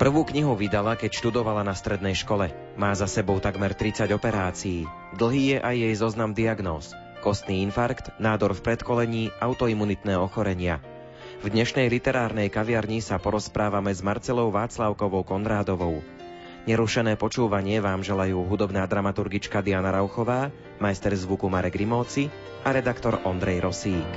Prvú knihu vydala, keď študovala na strednej škole. Má za sebou takmer 30 operácií. Dlhý je aj jej zoznam diagnóz. Kostný infarkt, nádor v predkolení, autoimunitné ochorenia. V dnešnej literárnej kaviarni sa porozprávame s Marcelou Václavkovou Konrádovou. Nerušené počúvanie vám želajú hudobná dramaturgička Diana Rauchová, majster zvuku Marek Rimóci a redaktor Ondrej Rosík.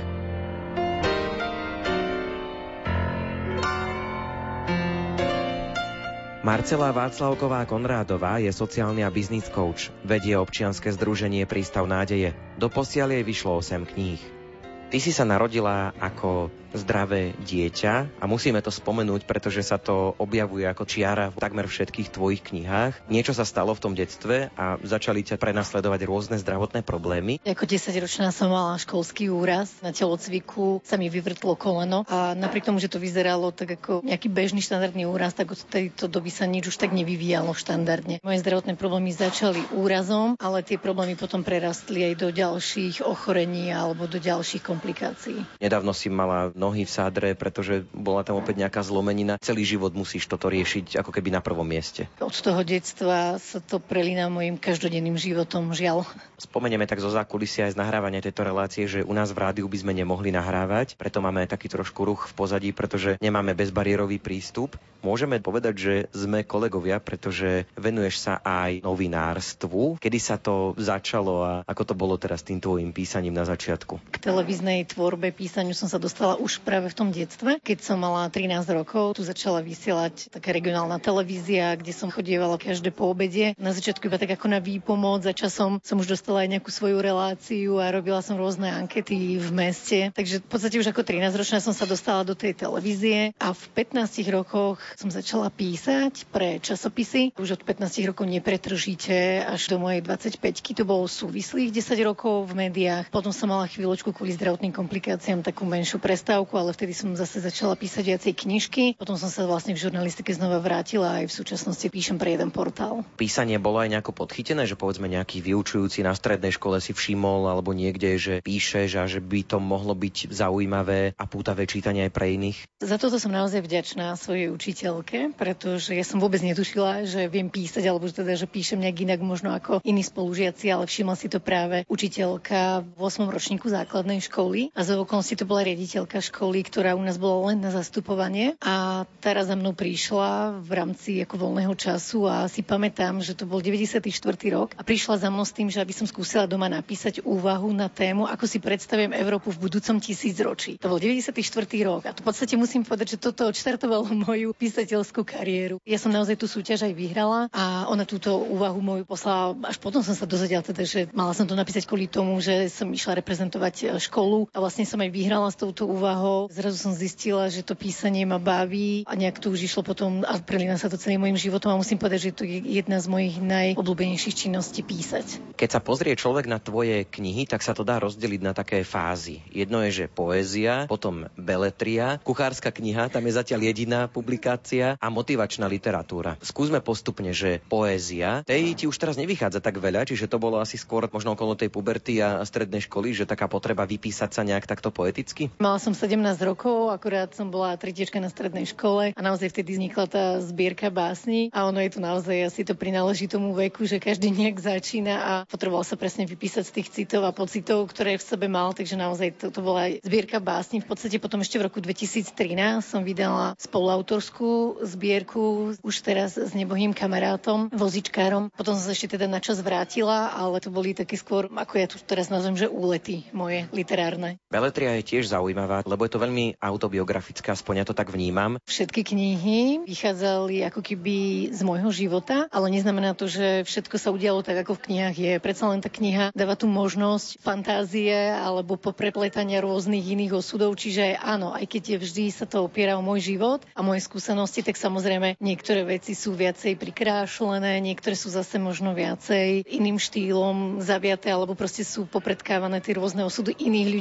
Marcela Václavková Konrádová je sociálny a biznis coach. Vedie občianske združenie Prístav nádeje. Doposiaľ jej vyšlo 8 kníh. Ty si sa narodila ako zdravé dieťa a musíme to spomenúť, pretože sa to objavuje ako čiara v takmer všetkých tvojich knihách. Niečo sa stalo v tom detstve a začali ťa prenasledovať rôzne zdravotné problémy. Ako 10-ročná som mala školský úraz. Na telocviku sa mi vyvrtlo koleno a napriek tomu, že to vyzeralo tak ako nejaký bežný štandardný úraz, tak od tejto doby sa nič už tak nevyvíjalo štandardne. Moje zdravotné problémy začali úrazom, ale tie problémy potom prerastli aj do ďalších ochorení alebo do ďalších komplikácií. Nedávno si mala nohy v sádre, pretože bola tam opäť nejaká zlomenina. Celý život musíš toto riešiť ako keby na prvom mieste. Od toho detstva sa to prelína mojim každodenným životom, žiaľ. Spomenieme tak zo zákulisia aj z nahrávania tejto relácie, že u nás v rádiu by sme nemohli nahrávať, preto máme taký trošku ruch v pozadí, pretože nemáme bezbariérový prístup. Môžeme povedať, že sme kolegovia, pretože venuješ sa aj novinárstvu. Kedy sa to začalo a ako to bolo teraz tým tvojim písaním na začiatku? K televíznej tvorbe, písaniu som sa dostala už práve v tom detstve. Keď som mala 13 rokov, tu začala vysielať taká regionálna televízia, kde som chodievala každé po obede. Na začiatku iba tak ako na výpomoc, za časom som už dostala aj nejakú svoju reláciu a robila som rôzne ankety v meste. Takže v podstate už ako 13-ročná som sa dostala do tej televízie a v 15 rokoch som začala písať pre časopisy. Už od 15 rokov nepretržite až do mojej 25-ky. To bolo súvislých 10 rokov v médiách. Potom som mala chvíľočku kvôli zdravotným komplikáciám takú menšiu prestávku, ale vtedy som zase začala písať viacej knižky. Potom som sa vlastne v žurnalistike znova vrátila a aj v súčasnosti píšem pre jeden portál. Písanie bolo aj nejako podchytené, že povedzme nejaký vyučujúci na strednej škole si všimol alebo niekde, že píšeš a že by to mohlo byť zaujímavé a pútavé čítanie aj pre iných? Za toto som naozaj vďačná svojej učiteľke, pretože ja som vôbec netušila, že viem písať alebo teda, že píšem nejak inak možno ako iní spolužiaci, ale všimla si to práve učiteľka v 8. ročníku základnej školy a za okolností to bola riaditeľka školy, ktorá u nás bola len na zastupovanie a teraz za mnou prišla v rámci ako voľného času a si pamätám, že to bol 94. rok a prišla za mnou s tým, že aby som skúsila doma napísať úvahu na tému, ako si predstavujem Európu v budúcom tisícročí. To bol 94. rok a to v podstate musím povedať, že toto odštartovalo moju písateľskú kariéru. Ja som naozaj tú súťaž aj vyhrala a ona túto úvahu moju poslala, až potom som sa dozvedela teda, že mala som to napísať kvôli tomu, že som išla reprezentovať školu a vlastne som aj vyhrala s touto úvahou. Zrazu som zistila, že to písanie ma baví a nejak to už išlo potom a prelína sa to celým mojím životom a musím povedať, že to je jedna z mojich najobľúbenejších činností písať. Keď sa pozrie človek na tvoje knihy, tak sa to dá rozdeliť na také fázy. Jedno je, že poézia, potom beletria, kuchárska kniha, tam je zatiaľ jediná publikácia a motivačná literatúra. Skúsme postupne, že poézia, tej ti už teraz nevychádza tak veľa, čiže to bolo asi skôr možno okolo tej puberty a strednej školy, že taká potreba vypísať sa nejak takto poeticky? Mala som 17 rokov, akurát som bola tretiečka na strednej škole a naozaj vtedy vznikla tá zbierka básni a ono je to naozaj asi to prináleží tomu veku, že každý nejak začína a potreboval sa presne vypísať z tých citov a pocitov, ktoré v sebe mal, takže naozaj to bola aj zbierka básni. V podstate potom ešte v roku 2013 som vydala spoluautorskú zbierku už teraz s nebohým kamarátom, vozičkárom. Potom som sa ešte teda na čas vrátila, ale to boli také skôr, ako ja tu teraz nazvem, že úlety moje literárne. Beletria je tiež zaujímavá, lebo je to veľmi autobiografická, aspoň ja to tak vnímam. Všetky knihy vychádzali ako keby z môjho života, ale neznamená to, že všetko sa udialo tak, ako v knihách je. Predsa len tá kniha dáva tú možnosť fantázie alebo poprepletania rôznych iných osudov, čiže áno, aj keď je vždy sa to opiera o môj život a moje skúsenosti, tak samozrejme niektoré veci sú viacej prikrášlené, niektoré sú zase možno viacej iným štýlom zaviaté alebo proste sú popredkávané tie rôzne osudy iných ľudí,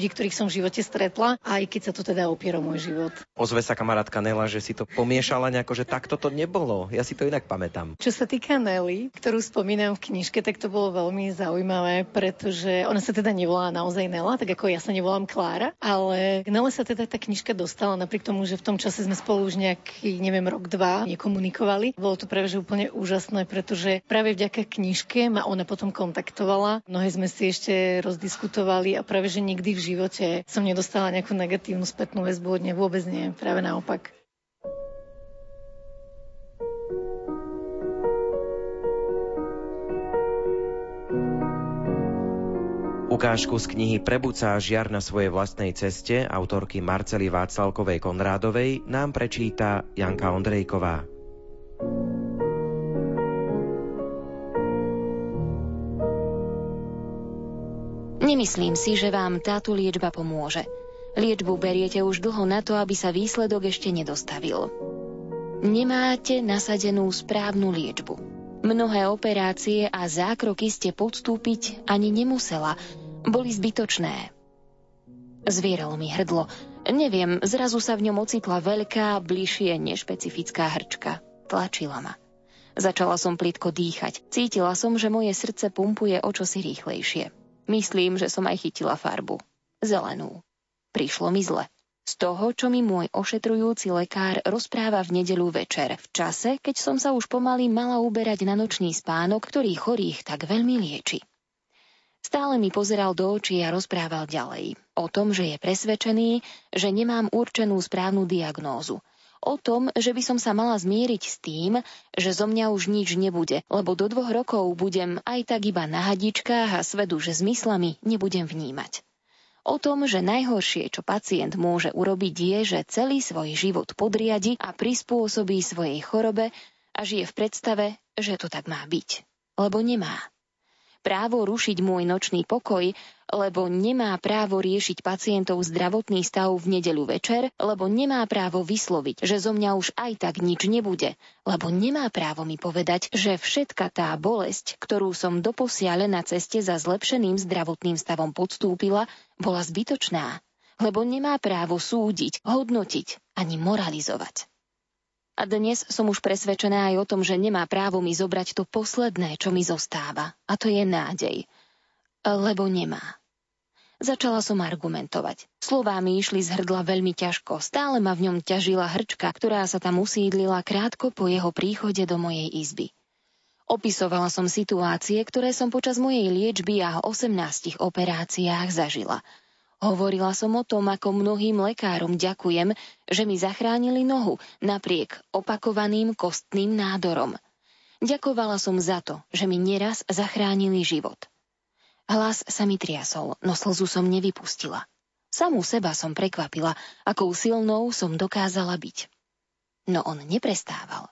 ľudí, ktorých som v živote stretla, aj keď sa to teda opiera o môj život. Ozve sa kamarátka Nela, že si to pomiešala nejako, že takto to nebolo. Ja si to inak pamätám. Čo sa týka Nelly, ktorú spomínam v knižke, tak to bolo veľmi zaujímavé, pretože ona sa teda nevolá naozaj Nela, tak ako ja sa nevolám Klára, ale k Nele sa teda tá knižka dostala napriek tomu, že v tom čase sme spolu už nejaký, neviem, rok, dva nekomunikovali. Bolo to práve že úplne úžasné, pretože práve vďaka knižke ma ona potom kontaktovala. Mnohé sme si ešte rozdiskutovali a práve že nikdy v živote som nedostala nejakú negatívnu spätnú väzbu od nej, vôbec nie, práve naopak. Ukážku z knihy Prebuď sa žiar na svojej vlastnej ceste autorky Marcely Václavkovej Konrádovej nám prečíta Janka Ondrejková. Nemyslím si, že vám táto liečba pomôže. Liečbu beriete už dlho na to, aby sa výsledok ešte nedostavil. Nemáte nasadenú správnu liečbu. Mnohé operácie a zákroky ste podstúpiť ani nemusela. Boli zbytočné. Zvieralo mi hrdlo. Neviem, zrazu sa v ňom ocitla veľká, bližšie nešpecifická hrčka. Tlačila ma. Začala som plitko dýchať. Cítila som, že moje srdce pumpuje o čosi rýchlejšie. Myslím, že som aj chytila farbu. Zelenú. Prišlo mi zle. Z toho, čo mi môj ošetrujúci lekár rozpráva v nedeľu večer, v čase, keď som sa už pomaly mala uberať na nočný spánok, ktorý chorých tak veľmi lieči. Stále mi pozeral do očí a rozprával ďalej. O tom, že je presvedčený, že nemám určenú správnu diagnózu. O tom, že by som sa mala zmieriť s tým, že zo mňa už nič nebude, lebo do 2 rokov budem aj tak iba na hadičkách a svet už zmyslami nebudem vnímať. O tom, že najhoršie, čo pacient môže urobiť, je, že celý svoj život podriadi a prispôsobí svojej chorobe a žije v predstave, že to tak má byť. Lebo nemá. Právo rušiť môj nočný pokoj, lebo nemá právo riešiť pacientov zdravotný stav v nedeľu večer, lebo nemá právo vysloviť, že zo mňa už aj tak nič nebude, lebo nemá právo mi povedať, že všetka tá bolesť, ktorú som doposiaľ na ceste za zlepšeným zdravotným stavom podstúpila, bola zbytočná, lebo nemá právo súdiť, hodnotiť ani moralizovať. A dnes som už presvedčená aj o tom, že nemá právo mi zobrať to posledné, čo mi zostáva. A to je nádej. Lebo nemá. Začala som argumentovať. Slová mi išli z hrdla veľmi ťažko. Stále ma v ňom ťažila hrčka, ktorá sa tam usídlila krátko po jeho príchode do mojej izby. Opisovala som situácie, ktoré som počas mojej liečby a 18 operáciách zažila. Hovorila som o tom, ako mnohým lekárom ďakujem, že mi zachránili nohu napriek opakovaným kostným nádorom. Ďakovala som za to, že mi neraz zachránili život. Hlas sa mi triasol, no slzu som nevypustila. Samú seba som prekvapila, akou silnou som dokázala byť. No on neprestával.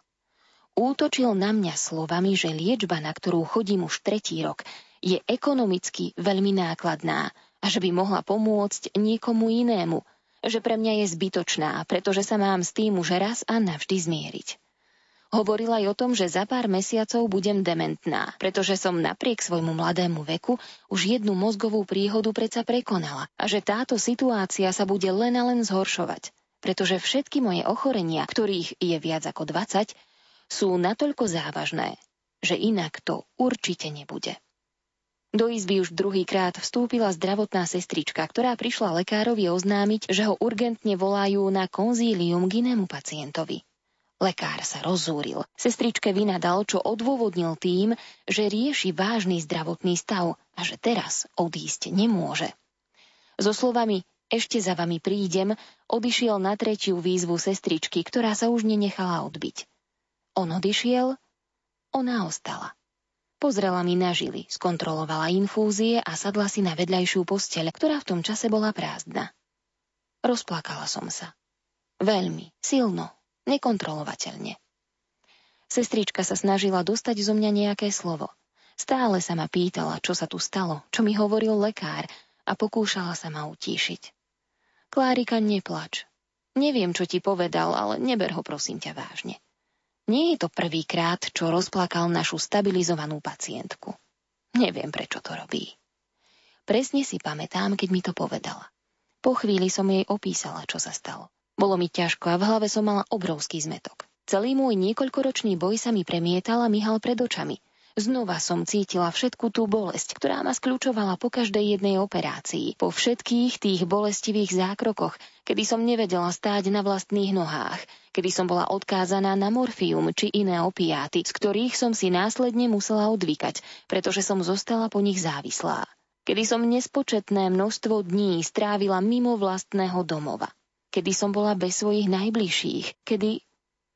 Útočil na mňa slovami, že liečba, na ktorú chodím už 3. rok, je ekonomicky veľmi nákladná a že by mohla pomôcť niekomu inému, že pre mňa je zbytočná, pretože sa mám s tým už raz a navždy zmieriť. Hovorila aj o tom, že za pár mesiacov budem dementná, pretože som napriek svojmu mladému veku už jednu mozgovú príhodu predsa prekonala a že táto situácia sa bude len a len zhoršovať, pretože všetky moje ochorenia, ktorých je viac ako 20, sú natoľko závažné, že inak to určite nebude. Do izby už 2-krát vstúpila zdravotná sestrička, ktorá prišla lekárovi oznámiť, že ho urgentne volajú na konzílium k inému pacientovi. Lekár sa rozzúril. Sestričke vynadal, čo odôvodnil tým, že rieši vážny zdravotný stav a že teraz odísť nemôže. So slovami "ešte za vami prídem" odišiel na 3. výzvu sestričky, ktorá sa už nenechala odbiť. On odišiel, ona ostala. Pozrela mi na žily, skontrolovala infúzie a sadla si na vedľajšiu posteľ, ktorá v tom čase bola prázdna. Rozplakala som sa. Veľmi, silno, nekontrolovateľne. Sestrička sa snažila dostať zo mňa nejaké slovo. Stále sa ma pýtala, čo sa tu stalo, čo mi hovoril lekár a pokúšala sa ma utíšiť. Klárika, neplač. Neviem, čo ti povedal, ale neber ho prosím ťa vážne. Nie je to 1. krát, čo rozplakal našu stabilizovanú pacientku. Neviem, prečo to robí. Presne si pamätám, keď mi to povedala. Po chvíli som jej opísala, čo sa stalo. Bolo mi ťažko a v hlave som mala obrovský zmätok. Celý môj niekoľkoročný boj sa mi premietal a myhal pred očami. Znova som cítila všetku tú bolesť, ktorá ma skľučovala po každej jednej operácii, po všetkých tých bolestivých zákrokoch, kedy som nevedela stáť na vlastných nohách, kedy som bola odkázaná na morfium či iné opiáty, z ktorých som si následne musela odvykať, pretože som zostala po nich závislá. Kedy som nespočetné množstvo dní strávila mimo vlastného domova. Kedy som bola bez svojich najbližších, kedy...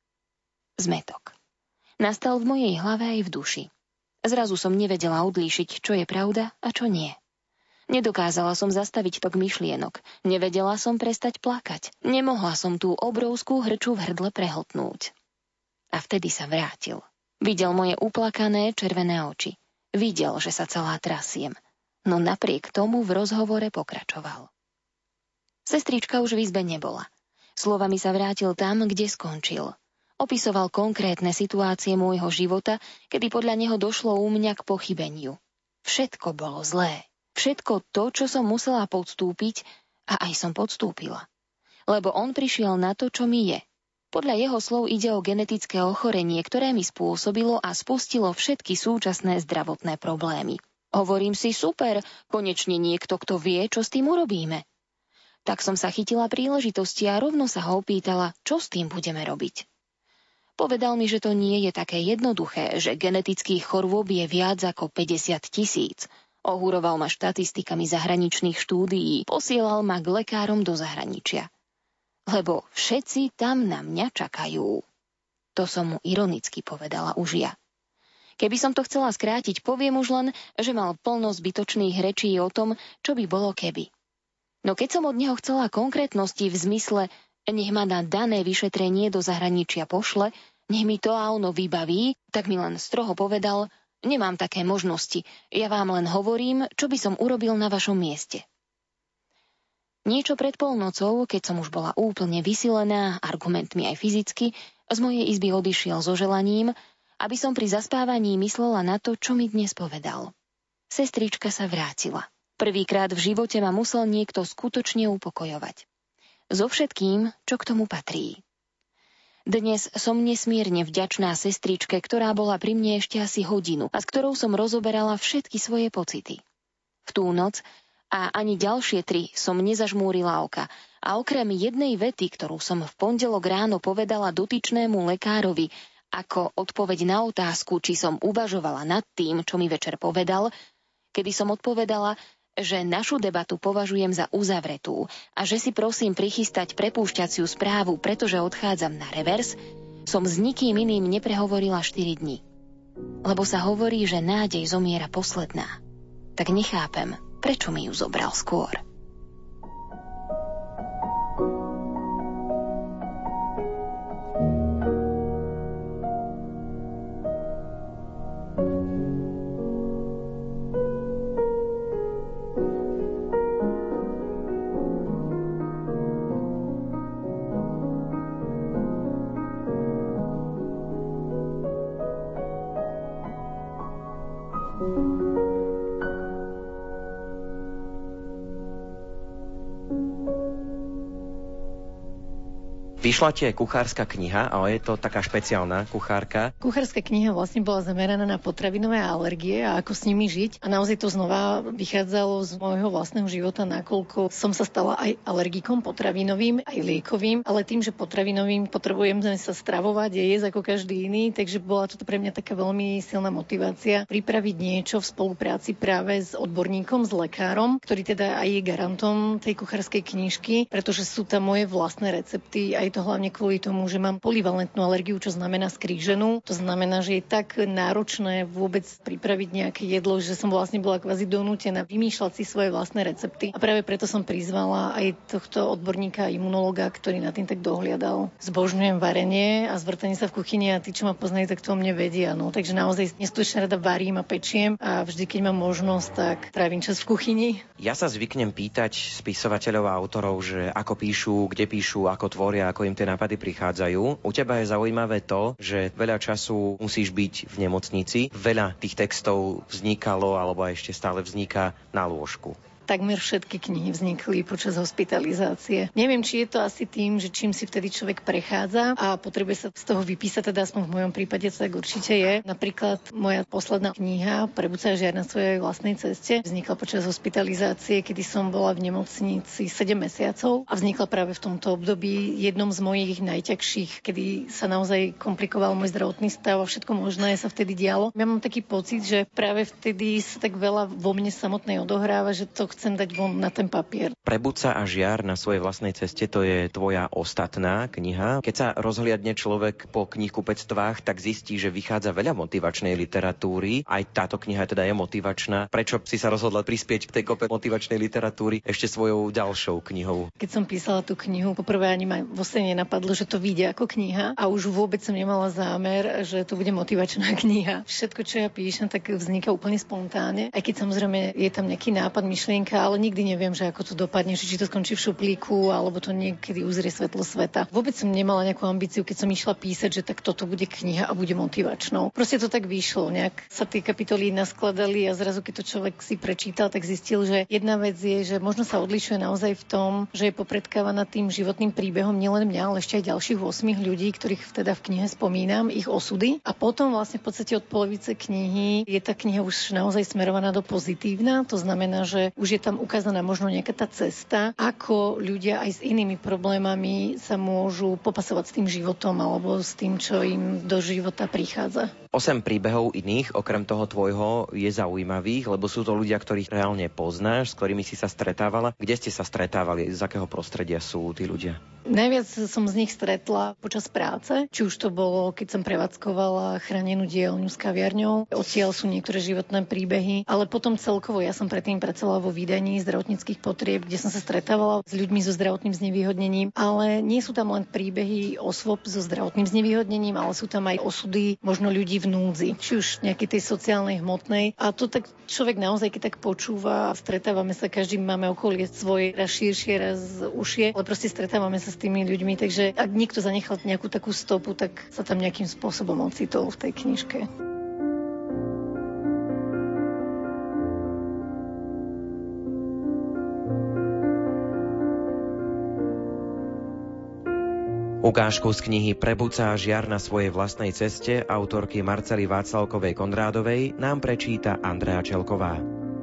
Zmätok. Nastal v mojej hlave aj v duši. Zrazu som nevedela odlíšiť, čo je pravda a čo nie. Nedokázala som zastaviť tok myšlienok. Nevedela som prestať plakať. Nemohla som tú obrovskú hrču v hrdle prehltnúť. A vtedy sa vrátil. Videl moje uplakané červené oči. Videl, že sa celá trasiem. No napriek tomu v rozhovore pokračoval. Sestrička už v izbe nebola. Slovami sa vrátil tam, kde skončil. Opisoval konkrétne situácie môjho života, kedy podľa neho došlo u mňa k pochybeniu. Všetko bolo zlé. Všetko to, čo som musela podstúpiť, a aj som podstúpila. Lebo on prišiel na to, čo mi je. Podľa jeho slov ide o genetické ochorenie, ktoré mi spôsobilo a spustilo všetky súčasné zdravotné problémy. Hovorím si, super, konečne niekto, kto vie, čo s tým urobíme. Tak som sa chytila príležitosti a rovno sa ho opýtala, čo s tým budeme robiť. Povedal mi, že to nie je také jednoduché, že genetických chorôb je viac ako 50 000. Ohúroval ma štatistikami zahraničných štúdií, posielal ma k lekárom do zahraničia. Lebo všetci tam na mňa čakajú. To som mu ironicky povedala už ja. Keby som to chcela skrátiť, poviem už len, že mal plno zbytočných rečí o tom, čo by bolo keby. No keď som od neho chcela konkrétnosti v zmysle nech ma na dané vyšetrenie do zahraničia pošle, nech mi to a ono vybaví, tak mi len stroho povedal, nemám také možnosti, ja vám len hovorím, čo by som urobil na vašom mieste. Niečo pred polnocou, keď som už bola úplne vysilená, argumentmi aj fyzicky, z mojej izby odišiel so želaním, aby som pri zaspávaní myslela na to, čo mi dnes povedal. Sestrička sa vrátila. Prvýkrát v živote ma musel niekto skutočne upokojovať. So všetkým, čo k tomu patrí. Dnes som nesmierne vďačná sestričke, ktorá bola pri mne ešte asi hodinu a s ktorou som rozoberala všetky svoje pocity. V tú noc a ani ďalšie 3 som nezažmúrila oka a okrem jednej vety, ktorú som v pondelok ráno povedala dotyčnému lekárovi ako odpoveď na otázku, či som uvažovala nad tým, čo mi večer povedal, kedy som odpovedala, že našu debatu považujem za uzavretú a že si prosím prichystať prepúšťaciu správu, pretože odchádzam na revers, som s nikým iným neprehovorila 4 dni. Lebo sa hovorí, že nádej zomiera posledná. Tak nechápem, prečo mi ju zobral skôr. Vyšla ti aj kuchárska kniha, ale je to taká špeciálna kuchárka. Kuchárska kniha vlastne bola zameraná na potravinové alergie a ako s nimi žiť. A naozaj to znova vychádzalo z môjho vlastného života, nakoľko som sa stala aj alergikom potravinovým, aj liekovým, ale tým, že potravinovým potrebujem sa stravovať a jesť ako každý iný, takže bola to pre mňa taká veľmi silná motivácia pripraviť niečo v spolupráci práve s odborníkom, s lekárom, ktorý teda aj je garantom tej kuchárskej knižky, pretože sú tam moje vlastné recepty, aj to hlavne kvôli tomu, že mám polivalentnú alergiu, čo znamená skríženú. To znamená, že je tak náročné vôbec pripraviť nejaké jedlo, že som vlastne bola kvázi donútená vymýšľať si svoje vlastné recepty. A práve preto som prizvala aj tohto odborníka, imunológa, ktorý na tým tak dohliadal. Zbožňujem varenie a zvrtanie sa v kuchyni a tí, čo ma poznajú, tak to o mne vedia. No. Takže naozaj neskutočne rada varím a pečiem a vždy, keď mám možnosť, tak trávim čas v kuchyni. Ja sa zvyknem pýtať spisovateľov a autorov, že ako píšu, kde píšu, ako tvoria, ako im tie nápady prichádzajú. U teba je zaujímavé to, že veľa času musíš byť v nemocnici. Veľa tých textov vznikalo alebo ešte stále vzniká na lôžku. takmer všetky knihy vznikli počas hospitalizácie. Neviem, či je to asi tým, že čím si vtedy človek prechádza a potrebuje sa z toho vypísať, teda aspoň v mojom prípade to tak určite je. Napríklad moja posledná kniha Prebudca a žiar na svojej vlastnej ceste vznikla počas hospitalizácie, kedy som bola v nemocnici 7 mesiacov a vznikla práve v tomto období, jednom z mojich najťažších, kedy sa naozaj komplikoval môj zdravotný stav a všetko možné sa vtedy dialo. Ja mám taký pocit, že práve vtedy sa tak veľa vo mne samotnej odohráva, že to chcem dať von na ten papier. Prebudca a žiar na svojej vlastnej ceste, to je tvoja ostatná kniha. Keď sa rozhliadne človek po knihkupectvách, tak zistí, že vychádza veľa motivačnej literatúry. Aj táto kniha teda je motivačná. Prečo si sa rozhodla prispieť k tej kope motivačnej literatúry ešte svojou ďalšou knihou? Keď som písala tú knihu, poprvé ani ma vo sne nenapadlo, že to vyjde ako kniha a už vôbec som nemala zámer, že to bude motivačná kniha. Všetko, čo ja píšem, tak vzniká úplne spontánne. Aj keď samozrejme je tam nejaký nápad, myšlienka, ale nikdy neviem, že ako to dopadne, či to skončí v šuplíku, alebo to niekedy uzrie svetlo sveta. Vôbec som nemala nejakú ambíciu, keď som išla písať, že tak toto bude kniha a bude motivačnou. Proste to tak vyšlo, nejak sa tie kapitoly naskladali a zrazu keď to človek si prečítal, tak zistil, že jedna vec je, že možno sa odlišuje naozaj v tom, že je popredkávaná tým životným príbehom nielen mňa, ale ešte aj ďalších 8 ľudí, ktorých teda v knihe spomínam, ich osudy. A potom vlastne v podstate od polovice knihy je tá kniha už naozaj smerovaná do pozitívna. To znamená, že už je tam ukázaná možno nejaká tá cesta, ako ľudia aj s inými problémami sa môžu popasovať s tým životom alebo s tým, čo im do života prichádza. 8 príbehov iných, okrem toho tvojho, je zaujímavých, lebo sú to ľudia, ktorých reálne poznáš, s ktorými si sa stretávala. Kde ste sa stretávali? Z akého prostredia sú tí ľudia? Najviac som z nich stretla počas práce, či už to bolo, keď som prevádzkovala chránenú dielňu s kaviarňou. Odtiaľ sú niektoré životné príbehy, ale potom celkovo ja som predtým pracovala vo vydaní zdravotníckych potrieb, kde som sa stretávala s ľuďmi so zdravotným znevýhodnením, ale nie sú tam len príbehy osôb so zdravotným znevýhodnením, ale sú tam aj osudy možno ľudí v núdzi, či už nejakej tej sociálnej, hmotnej. A to tak človek naozaj, keď tak počúva, stretávame sa, každý máme okolie svoje, raz širšie, raz užšie, ale proste stretávame sa s tými ľuďmi, takže ak niekto zanechal nejakú takú stopu, tak sa tam nejakým spôsobom ocitol v tej knižke. Ukážku z knihy Prebudca a žiar na svojej vlastnej ceste autorky Marcely Václavkovej Konrádovej nám prečíta Andrea Čelková.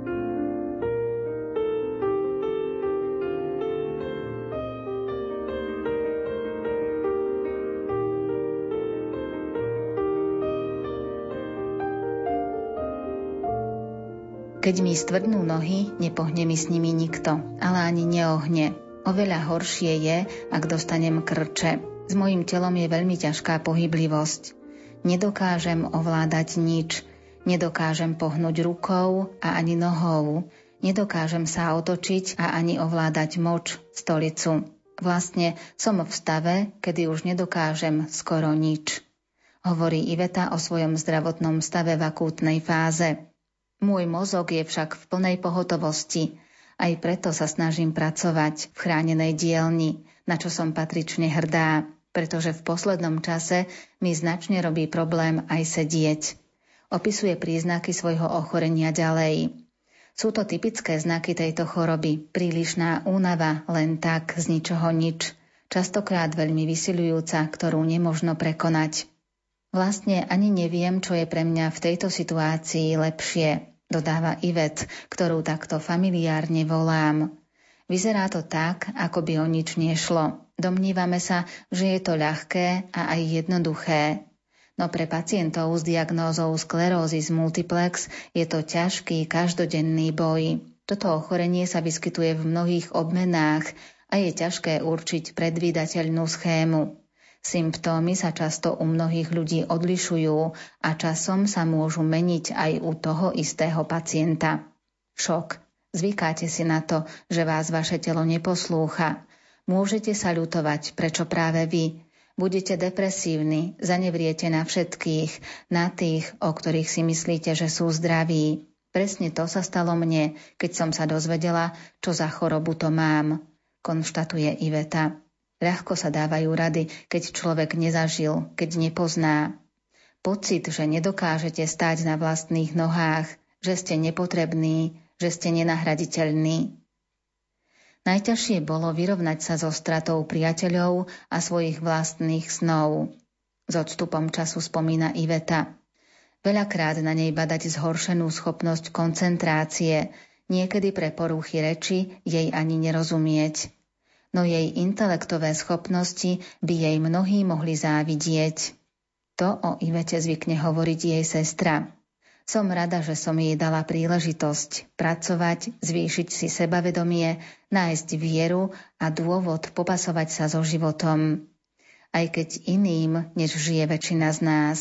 Keď mi stvrdnú nohy, nepohne mi s nimi nikto, ale ani neohne. Oveľa horšie je, ak dostanem krče. S mojím telom je veľmi ťažká pohyblivosť. Nedokážem ovládať nič. Nedokážem pohnúť rukou a ani nohou. Nedokážem sa otočiť a ani ovládať moč, stolicu. Vlastne som v stave, kedy už nedokážem skoro nič. Hovorí Iveta o svojom zdravotnom stave v akútnej fáze. Môj mozog je však v plnej pohotovosti. Aj preto sa snažím pracovať v chránenej dielni, na čo som patrične hrdá, pretože v poslednom čase mi značne robí problém aj sedieť. Opisuje príznaky svojho ochorenia ďalej. Sú to typické znaky tejto choroby, prílišná únava, len tak, z ničoho nič, častokrát veľmi vysiľujúca, ktorú nemožno prekonať. Vlastne ani neviem, čo je pre mňa v tejto situácii lepšie, dodáva Ivet, ktorú takto familiárne volám. Vyzerá to tak, ako by o nič nešlo. Domnívame sa, že je to ľahké a aj jednoduché. No pre pacientov s diagnózou sklerózis multiplex je to ťažký každodenný boj. Toto ochorenie sa vyskytuje v mnohých obmenách a je ťažké určiť predvídateľnú schému. Symptómy sa často u mnohých ľudí odlišujú a časom sa môžu meniť aj u toho istého pacienta. Šok. Zvykáte si na to, že vás vaše telo neposlúcha. Môžete sa ľutovať, prečo práve vy. Budete depresívni, zanevriete na všetkých, na tých, o ktorých si myslíte, že sú zdraví. Presne to sa stalo mne, keď som sa dozvedela, čo za chorobu to mám, konštatuje Iveta. Ľahko sa dávajú rady, keď človek nezažil, keď nepozná. Pocit, že nedokážete stáť na vlastných nohách, že ste nepotrební, že ste nenahraditeľní. Najťažšie bolo vyrovnať sa so stratou priateľov a svojich vlastných snov. S odstupom času spomína Iveta. Veľakrát na nej badať zhoršenú schopnosť koncentrácie, niekedy pre poruchy reči jej ani nerozumieť. No jej intelektové schopnosti by jej mnohí mohli závidieť. To o Ivete zvykne hovoriť jej sestra. Som rada, že som jej dala príležitosť pracovať, zvýšiť si sebavedomie, nájsť vieru a dôvod popasovať sa so životom. Aj keď iným, než žije väčšina z nás.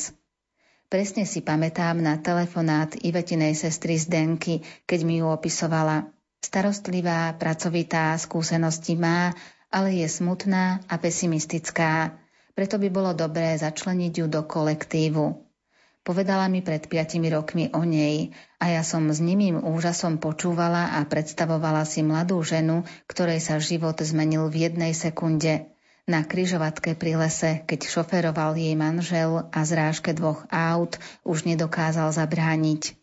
Presne si pamätám na telefonát Ivetinej sestry Zdenky, keď mi ju opisovala. Starostlivá, pracovitá, skúsenosti má, ale je smutná a pesimistická. Preto by bolo dobré začleniť ju do kolektívu. Povedala mi pred 5 rokmi o nej a ja som s nemým úžasom počúvala a predstavovala si mladú ženu, ktorej sa život zmenil v 1 sekunde. Na križovatke pri lese, keď šoféroval jej manžel a zrážke 2 aut už nedokázal zabrániť.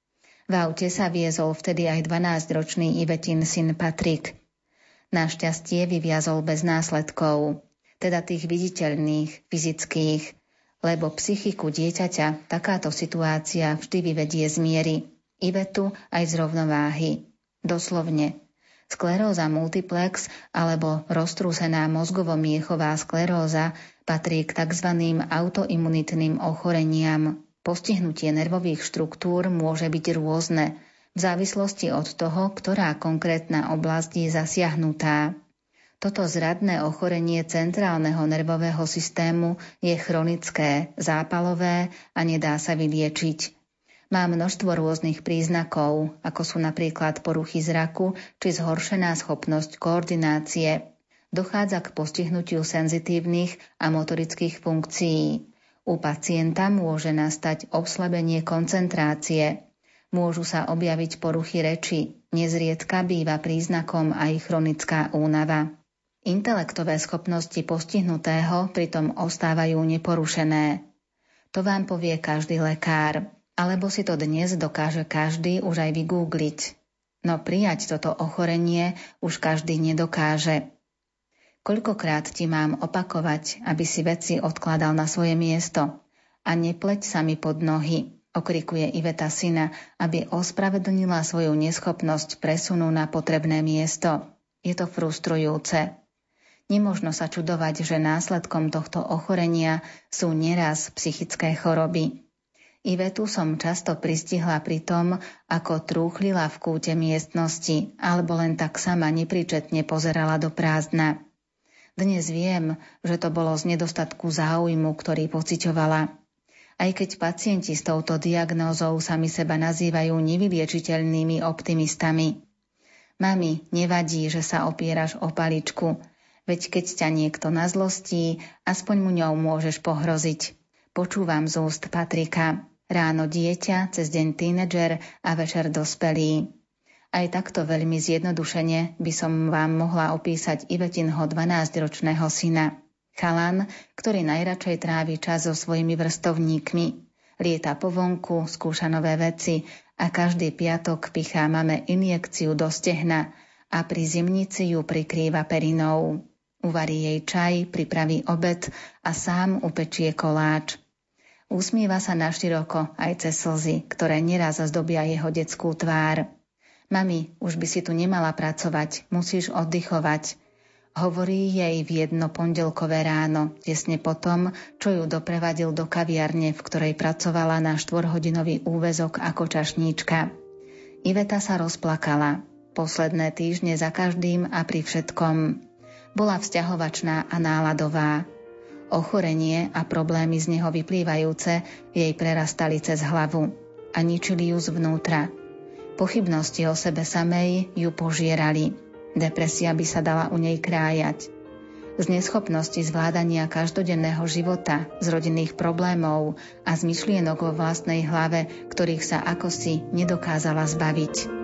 V aute sa viezol vtedy aj 12-ročný Ivetin syn Patrik. Našťastie vyviazol bez následkov, teda tých viditeľných, fyzických, lebo psychiku dieťaťa takáto situácia vždy vyvedie z miery, Ivetu aj z rovnováhy. Doslovne. Skleróza multiplex alebo roztrúsená mozgovo-miechová skleróza patrí k tzv. Autoimunitným ochoreniam. Postihnutie nervových štruktúr môže byť rôzne, v závislosti od toho, ktorá konkrétna oblasť je zasiahnutá. Toto zradné ochorenie centrálneho nervového systému je chronické, zápalové a nedá sa vyliečiť. Má množstvo rôznych príznakov, ako sú napríklad poruchy zraku či zhoršená schopnosť koordinácie. Dochádza k postihnutiu senzitívnych a motorických funkcií. U pacienta môže nastať oslabenie koncentrácie. Môžu sa objaviť poruchy reči, nezriedka býva príznakom aj chronická únava. Intelektové schopnosti postihnutého pritom ostávajú neporušené. To vám povie každý lekár. Alebo si to dnes dokáže každý už aj vygoogliť. No prijať toto ochorenie už každý nedokáže. Koľkokrát ti mám opakovať, aby si veci odkladal na svoje miesto? A nepleť sa mi pod nohy, okrikuje Iveta syna, aby ospravedlnila svoju neschopnosť presunu na potrebné miesto. Je to frustrujúce. Nemožno sa čudovať, že následkom tohto ochorenia sú neraz psychické choroby. Ivetu som často pristihla pri tom, ako trúchlila v kúte miestnosti, alebo len tak sama nepríčetne pozerala do prázdna. Dnes viem, že to bolo z nedostatku záujmu, ktorý pociťovala. Aj keď pacienti s touto diagnózou sami seba nazývajú nevyliečiteľnými optimistami. Mami, nevadí, že sa opieraš o paličku, veď keď ťa niekto nazlostí, aspoň mu ňou môžeš pohroziť. Počúvam z úst Patrika. Ráno dieťa, cez deň tínedžer a večer dospelý. Aj takto veľmi zjednodušene by som vám mohla opísať Ivetinho 12-ročného syna. Chalan, ktorý najradšej trávi čas so svojimi vrstovníkmi. Lieta po vonku, skúša nové veci a každý piatok pichá mame injekciu do stehna a pri zimnici ju prikrýva perinou. Uvarí jej čaj, pripraví obed a sám upečie koláč. Usmieva sa naširoko aj cez slzy, ktoré neraz zdobia jeho detskú tvár. Mami, už by si tu nemala pracovať, musíš oddychovať. Hovorí jej v jedno pondelkové ráno, tesne potom, čo ju doprevadil do kaviarne, v ktorej pracovala na 4-hodinový úväzok ako čašníčka. Iveta sa rozplakala. Posledné týždne za každým a pri všetkom. Bola vzťahovačná a náladová. Ochorenie a problémy z neho vyplývajúce jej prerastali cez hlavu a ničili ju zvnútra. Pochybnosti o sebe samej ju požierali. Depresia by sa dala u nej krájať. Z neschopnosti zvládania každodenného života, z rodinných problémov a z myšlienok vo vlastnej hlave, ktorých sa akosi nedokázala zbaviť.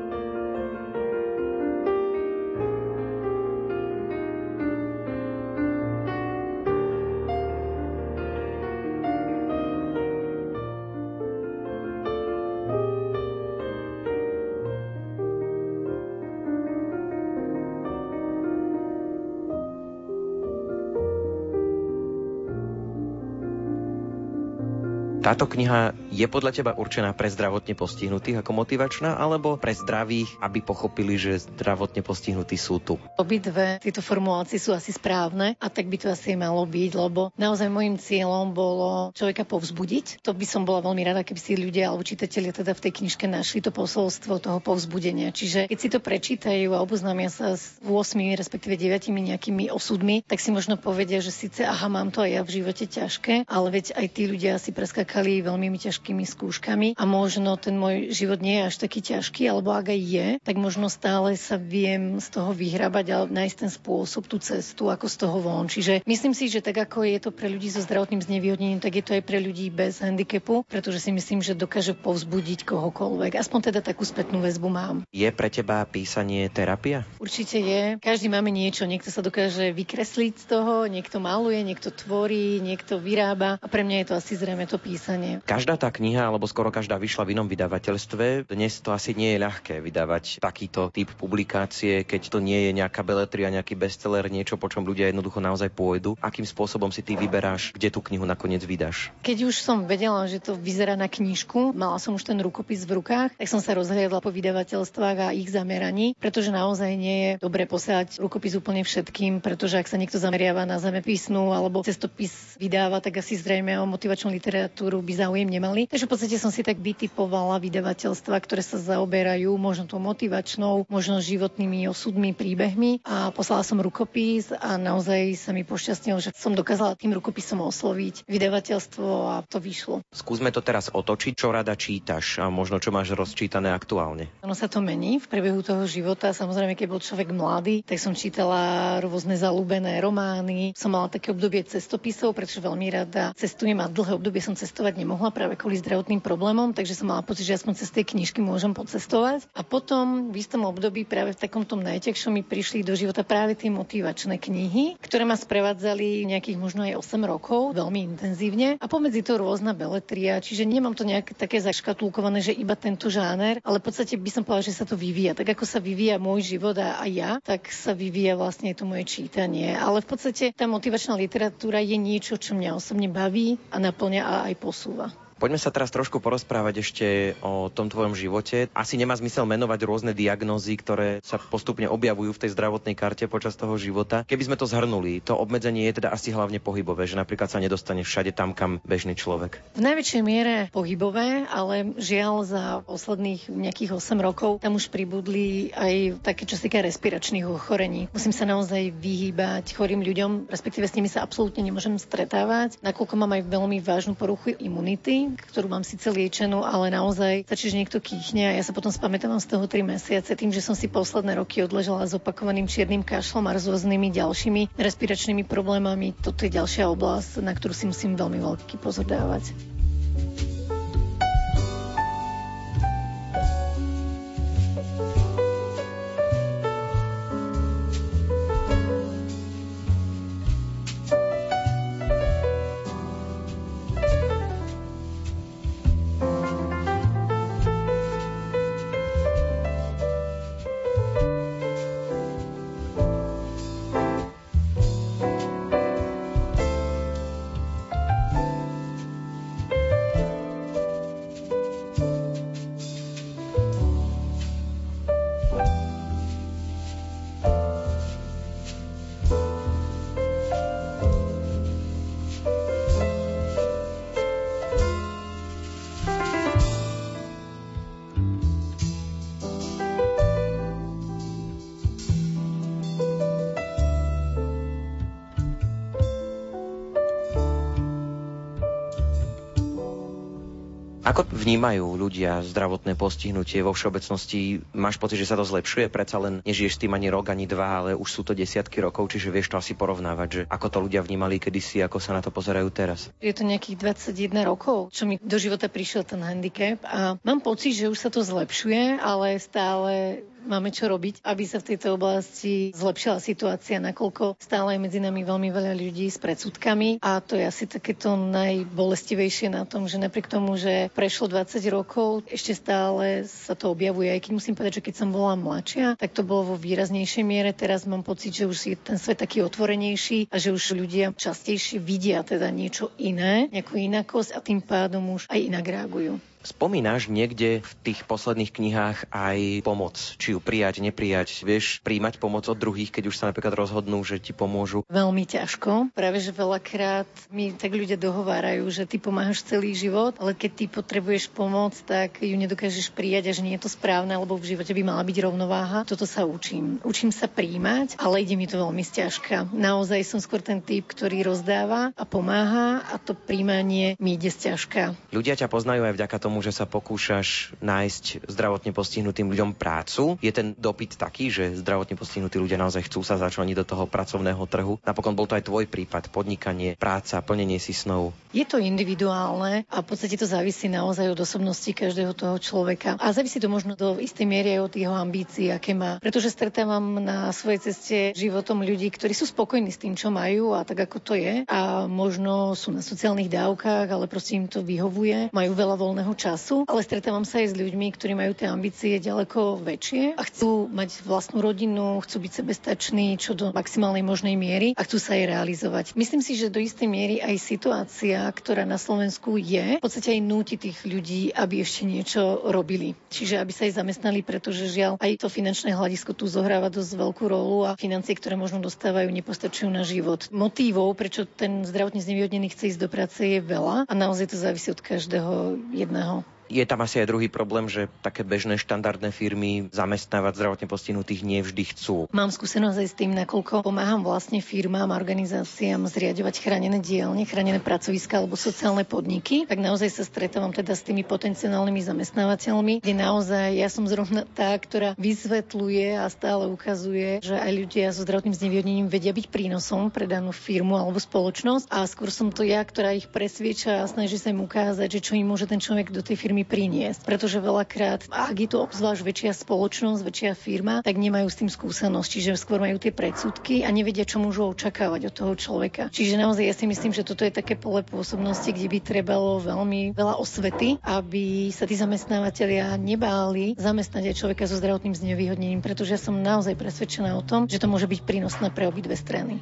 Táto kniha je podľa teba určená pre zdravotne postihnutých ako motivačná, alebo pre zdravých, aby pochopili, že zdravotne postihnutí sú tu? Obidve tieto formulácie sú asi správne a tak by to asi malo byť, lebo naozaj môjim cieľom bolo človeka povzbudiť. To by som bola veľmi rada, keby si ľudia alebo čitatelia teda v tej knižke našli to posolstvo toho povzbudenia. Čiže keď si to prečítajú a oboznámia sa s 8, respektíve 9 nejakými osudmi, tak si možno povedia, že síce mám to aj ja v živote ťažké, ale veď aj tí ľudia si preskakali veľmi ťažkými skúškami a možno ten môj život nie je až taký ťažký, alebo ak aj je, tak možno stále sa viem z toho vyhrabať a nájsť ten spôsob, tú cestu, ako z toho von. Čiže myslím si, že tak ako je to pre ľudí so zdravotným znevýhodnením, tak je to aj pre ľudí bez handicapu, pretože si myslím, že dokáže povzbudiť kohokoľvek. Aspoň teda takú spätnú väzbu mám. Je pre teba písanie terapia? Určite je. Každý máme niečo. Niekto sa dokáže vykresliť z toho, niekto maluje, niekto tvorí, niekto vyrába a pre mňa je to asi zrejme to písanie. Každá tá kniha, alebo skoro každá vyšla v inom vydavateľstve. Dnes to asi nie je ľahké vydávať takýto typ publikácie, keď to nie je nejaká beletria, nejaký bestseller, niečo, po čom ľudia jednoducho naozaj pôjdu. Akým spôsobom si ty vyberáš, kde tú knihu nakoniec vydáš? Keď už som vedela, že to vyzerá na knižku, mala som už ten rukopis v rukách, tak som sa rozhliadla po vydavateľstvách a ich zameraní, pretože naozaj nie je dobre posielať rukopis úplne všetkým, pretože ak sa niekto zameriava na zemepisnú alebo cestopis vydáva, tak asi zrejme o motivačnú literatúru by záujem nemali. Takže v podstate som si tak vytipovala vydavateľstva, ktoré sa zaoberajú možno tou motivačnou, možno životnými osudmi, príbehmi a poslala som rukopis a naozaj sa mi pošťastnilo, že som dokázala tým rukopisom osloviť vydavateľstvo a to vyšlo. Skúsme to teraz otočiť, čo rada čítaš a možno čo máš rozčítané aktuálne. Ono sa to mení v priebehu toho života. Samozrejme, keď bol človek mladý, tak som čítala rôzne zaľúbené romány. Som mala také obdobie cestopisov, pretože veľmi rada cestujem a dlhé obdobie som cestovať nemohla práve kvôli zdravotným problémom, takže som mala pocit, že aspoň cez tej knižky môžem pocestovať. A potom v istom období práve v takom tom najťažšom mi prišli do života práve tie motivačné knihy, ktoré ma sprevádzali nejakých možno aj 8 rokov, veľmi intenzívne. A pomedzi to rôzna beletria, čiže nemám to nejaké také zaškatulkované, že iba tento žáner, ale v podstate by som povedala, že sa to vyvíja. Tak ako sa vyvíja môj život a ja, tak sa vyvíja vlastne aj to moje čítanie. Ale v podstate tá motivačná literatúra je niečo, čo mňa osobne baví a naplňa a aj posúva. Poďme sa teraz trošku porozprávať ešte o tom tvojom živote. Asi nemá zmysel menovať rôzne diagnózy, ktoré sa postupne objavujú v tej zdravotnej karte počas toho života. Keby sme to zhrnuli, to obmedzenie je teda asi hlavne pohybové, že napríklad sa nedostane všade tam, kam bežný človek. V najväčšej miere pohybové, ale žiaľ za posledných nejakých 8 rokov tam už pribudli aj také, čo sa týka respiračných ochorení. Musím sa naozaj vyhýbať chorým ľuďom, respektíve s nimi sa absolútne nemôžem stretávať, nakoľko mám aj veľmi vážnu poruchu imunity, ktorú mám síce liečenú, ale naozaj stačí, že niekto kýchne a ja sa potom spamätávam z toho 3 mesiace tým, že som si posledné roky odležala s opakovaným čiernym kašlom a rôznymi ďalšími respiračnými problémami. Toto je ďalšia oblasť, na ktorú si musím veľmi veľký pozor dávať. Ako vnímajú ľudia zdravotné postihnutie vo všeobecnosti? Máš pocit, že sa to zlepšuje? Predsa len nežiješ s tým ani rok, ani 2, ale už sú to desiatky rokov, čiže vieš to asi porovnávať, že ako to ľudia vnímali kedysi, ako sa na to pozerajú teraz. Je to nejakých 21 rokov, čo mi do života prišiel ten handicap a mám pocit, že už sa to zlepšuje, ale stále máme čo robiť, aby sa v tejto oblasti zlepšila situácia, nakoľko stále je medzi nami veľmi veľa ľudí s predsudkami a to je asi takéto najbolestivejšie na tom, že napriek tomu, že prešlo 20 rokov, ešte stále sa to objavuje. Aj keď musím povedať, že keď som bola mladšia, tak to bolo vo výraznejšej miere. Teraz mám pocit, že už je ten svet taký otvorenejší a že už ľudia častejšie vidia teda niečo iné, nejakú inakosť a tým pádom už aj inak reagujú. Spomínaš niekde v tých posledných knihách aj pomoc, či ju prijať, neprijať. Vieš príjmať pomoc od druhých, keď už sa napríklad rozhodnú, že ti pomôžu? Veľmi ťažko. Práve, že veľakrát mi tak ľudia dohovárajú, že ty pomáhaš celý život, ale keď ty potrebuješ pomoc, tak ju nedokážeš prijať a že nie je to správne, lebo v živote by mala byť rovnováha. Toto sa učím. Učím sa príjmať, ale ide mi to veľmi sťažka. Naozaj som skôr ten typ, ktorý rozdáva a pomáha a to príjmanie mi ide sťažka. Ľudia ťa poznajú aj vďaka tomu, že sa pokúšaš nájsť zdravotne postihnutým ľuďom prácu. Je ten dopyt taký, že zdravotne postihnutí ľudia naozaj chcú sa začleniť do toho pracovného trhu? Napokon bol to aj tvoj prípad, podnikanie, práca, plnenie si snov. Je to individuálne a v podstate to závisí naozaj od osobnosti každého toho človeka. A závisí to možno do istej miery aj od jeho ambícií, aké má. Pretože stretávam na svojej ceste životom ľudí, ktorí sú spokojní s tým, čo majú a tak ako to je. A možno sú na sociálnych dávkach, ale proste im to vyhovuje. Majú veľa voľného času, ale stretávam sa aj s ľuďmi, ktorí majú tie ambície ďaleko väčšie a chcú mať vlastnú rodinu, chcú byť sebestační čo do maximálnej možnej miery a chcú sa aj realizovať. Myslím si, že do istej miery aj situácia, ktorá na Slovensku je, v podstate aj núti tých ľudí, aby ešte niečo robili. Čiže aby sa aj zamestnali, pretože žiaľ aj to finančné hľadisko tu zohráva dosť veľkú rolu a financie, ktoré možno dostávajú, nepostačujú na život. Motívov, prečo ten zdravotne znevýhodnený chce ísť do práce, je veľa a naozaj to závisí od každého jedného. Je tam asi aj druhý problém, že také bežné štandardné firmy zamestnávať zdravotne postihnutých nevždy chcú. Mám skúsenosť aj s tým, nakoľko pomáham vlastne firmám a organizáciám zriaďovať chránené dielne, chránené pracoviska alebo sociálne podniky, tak naozaj sa stretávam teda s tými potenciálnymi zamestnávateľmi, kde naozaj ja som zrovna tá, ktorá vysvetľuje a stále ukazuje, že aj ľudia so zdravotným znevýhodnením vedia byť prínosom pre danú firmu alebo spoločnosť a skôr som to ja, ktorá ich presvieča a snaží sa im ukázať, že čo im môže ten človek do tej firmy priniesť. Pretože veľakrát, ak je to obzvlášť väčšia spoločnosť, väčšia firma, tak nemajú s tým skúsenosť, čiže skôr majú tie predsudky a nevedia, čo môžu očakávať od toho človeka. Čiže naozaj ja si myslím, že toto je také pole pôsobnosti, kde by trebalo veľmi veľa osvety, aby sa tí zamestnávateľia nebáli zamestnať aj človeka so zdravotným znevýhodnením, pretože ja som naozaj presvedčená o tom, že to môže byť prínosné pre obidve strany.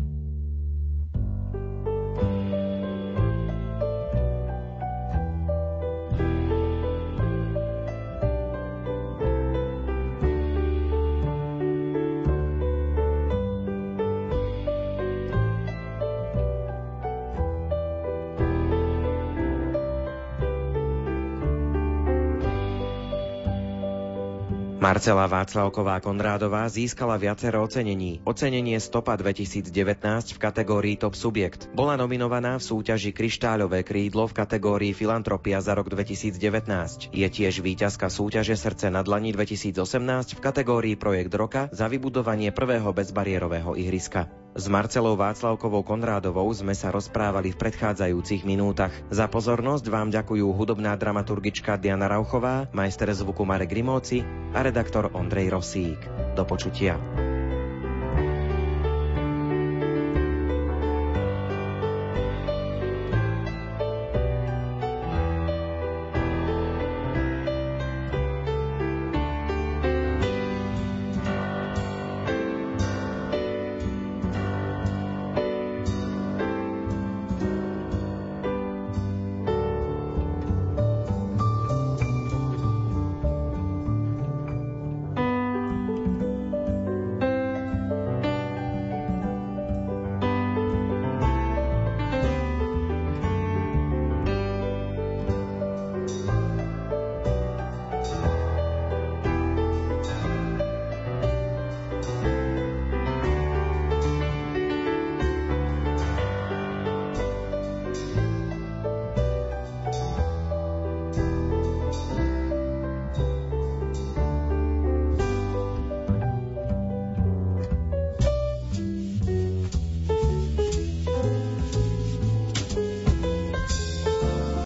Marcela Václavková Konrádová získala viacero ocenení. Ocenenie Stopa 2019 v kategórii Top Subjekt. Bola nominovaná v súťaži Kryštáľové krídlo v kategórii Filantropia za rok 2019. Je tiež víťazka súťaže Srdce na dlani 2018 v kategórii Projekt roka za vybudovanie prvého bezbariérového ihriska. S Marcelou Václavkovou Konrádovou sme sa rozprávali v predchádzajúcich minútach. Za pozornosť vám ďakujú hudobná dramaturgička Diana Rauchová, majster zvuku Marek Rimóci a redaktor Ondrej Rosík. Do počutia.